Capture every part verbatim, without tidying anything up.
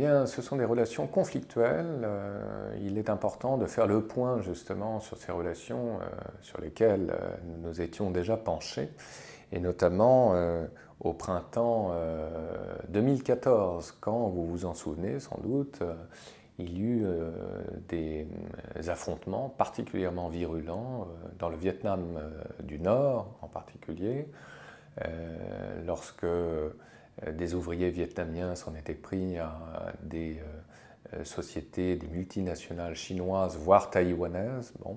bien, ce sont des relations conflictuelles. Euh, il est important de faire le point justement sur ces relations euh, sur lesquelles euh, nous nous étions déjà penchés, et notamment euh, au printemps euh, deux mille quatorze, quand, vous vous en souvenez sans doute, euh, il y eut euh, des affrontements particulièrement virulents euh, dans le Vietnam euh, du Nord en particulier, euh, lorsque des ouvriers vietnamiens s'en étaient pris à des euh, sociétés, des multinationales chinoises, voire taïwanaises, bon,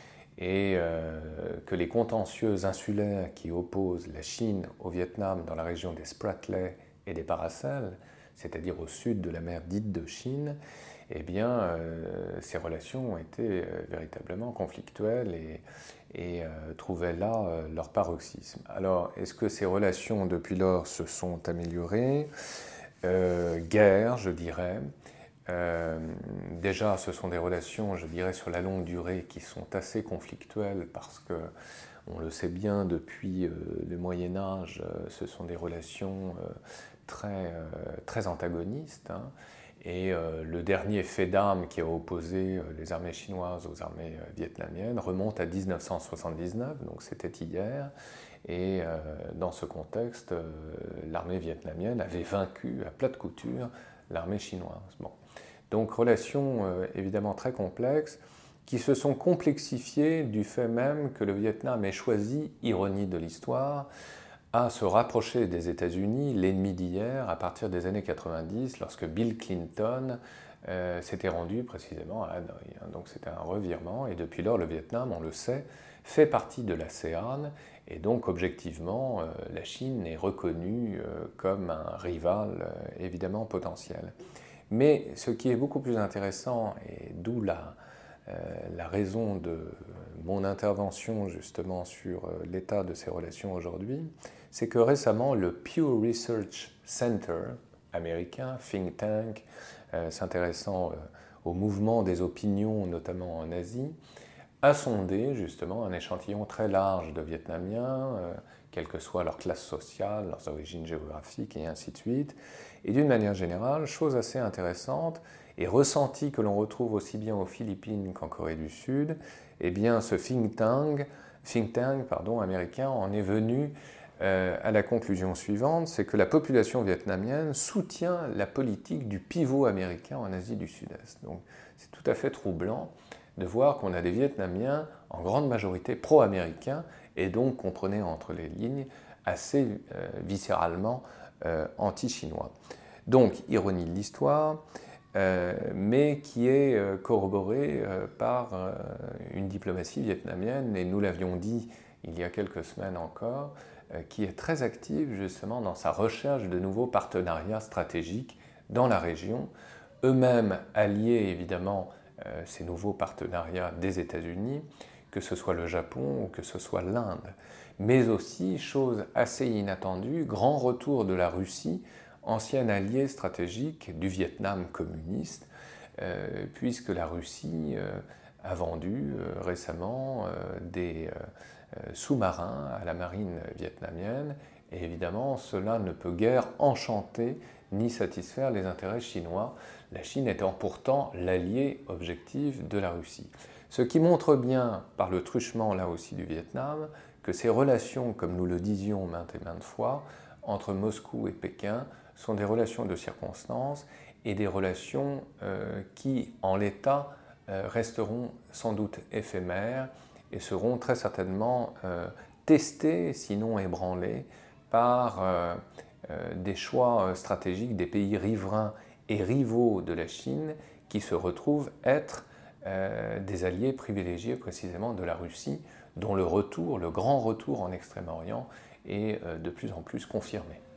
et euh, que les contentieux insulaires qui opposent la Chine au Vietnam dans la région des Spratly et des Paracels, c'est-à-dire au sud de la mer dite de Chine, eh bien, euh, ces relations ont été euh, véritablement conflictuelles et, et euh, trouvaient là euh, leur paroxysme. Alors, est-ce que ces relations depuis lors se sont améliorées? euh, Guerre, je dirais. Euh, déjà, ce sont des relations, je dirais, sur la longue durée qui sont assez conflictuelles parce que, on le sait bien, depuis euh, le Moyen-Âge, euh, ce sont des relations euh, très, euh, très antagonistes. Hein. Et euh, le dernier fait d'armes qui a opposé euh, les armées chinoises aux armées euh, vietnamiennes remonte à mille neuf cent soixante-dix-neuf, donc c'était hier. Et euh, dans ce contexte, euh, l'armée vietnamienne avait vaincu à plat de couture l'armée chinoise. Bon. Donc relations euh, évidemment très complexes qui se sont complexifiées du fait même que le Vietnam ait choisi, ironie de l'histoire, à se rapprocher des États-Unis, l'ennemi d'hier, à partir des années quatre-vingt-dix, lorsque Bill Clinton euh, s'était rendu précisément à Hanoï. Donc c'était un revirement, et depuis lors, le Vietnam, on le sait, fait partie de l'ASEAN, et donc objectivement, euh, la Chine est reconnue euh, comme un rival euh, évidemment potentiel. Mais ce qui est beaucoup plus intéressant, et d'où la, euh, la raison de mon intervention justement sur euh, l'état de ces relations aujourd'hui, c'est que récemment le Pew Research Center américain, think tank, euh, s'intéressant euh, au mouvement des opinions, notamment en Asie, a sondé justement un échantillon très large de Vietnamiens, euh, quelle que soit leur classe sociale, leurs origines géographiques et ainsi de suite. Et d'une manière générale, chose assez intéressante et ressentie que l'on retrouve aussi bien aux Philippines qu'en Corée du Sud, eh bien ce think tank, think tank pardon, américain en est venu euh, à la conclusion suivante, c'est que la population vietnamienne soutient la politique du pivot américain en Asie du Sud-Est. Donc c'est tout à fait troublant de voir qu'on a des Vietnamiens en grande majorité pro-américains et donc, comprenez entre les lignes, assez euh, viscéralement euh, anti-chinois. Donc, ironie de l'histoire, euh, mais qui est euh, corroborée euh, par euh, une diplomatie vietnamienne, et nous l'avions dit il y a quelques semaines encore, euh, qui est très active justement dans sa recherche de nouveaux partenariats stratégiques dans la région, eux-mêmes alliés évidemment euh, ces nouveaux partenariats des États-Unis, que ce soit le Japon ou que ce soit l'Inde. Mais aussi, chose assez inattendue, grand retour de la Russie, ancien allié stratégique du Vietnam communiste, euh, puisque la Russie euh, a vendu euh, récemment euh, des euh, sous-marins à la marine vietnamienne, et évidemment cela ne peut guère enchanter ni satisfaire les intérêts chinois, la Chine étant pourtant l'allié objectif de la Russie. Ce qui montre bien, par le truchement là aussi du Vietnam, que ces relations, comme nous le disions maintes et maintes fois, entre Moscou et Pékin sont des relations de circonstance et des relations euh, qui, en l'état, euh, resteront sans doute éphémères et seront très certainement euh, testées, sinon ébranlées, par euh, euh, des choix stratégiques des pays riverains et rivaux de la Chine qui se retrouvent être euh, des alliés privilégiés précisément de la Russie, dont le retour, le grand retour en Extrême-Orient est euh, de plus en plus confirmé.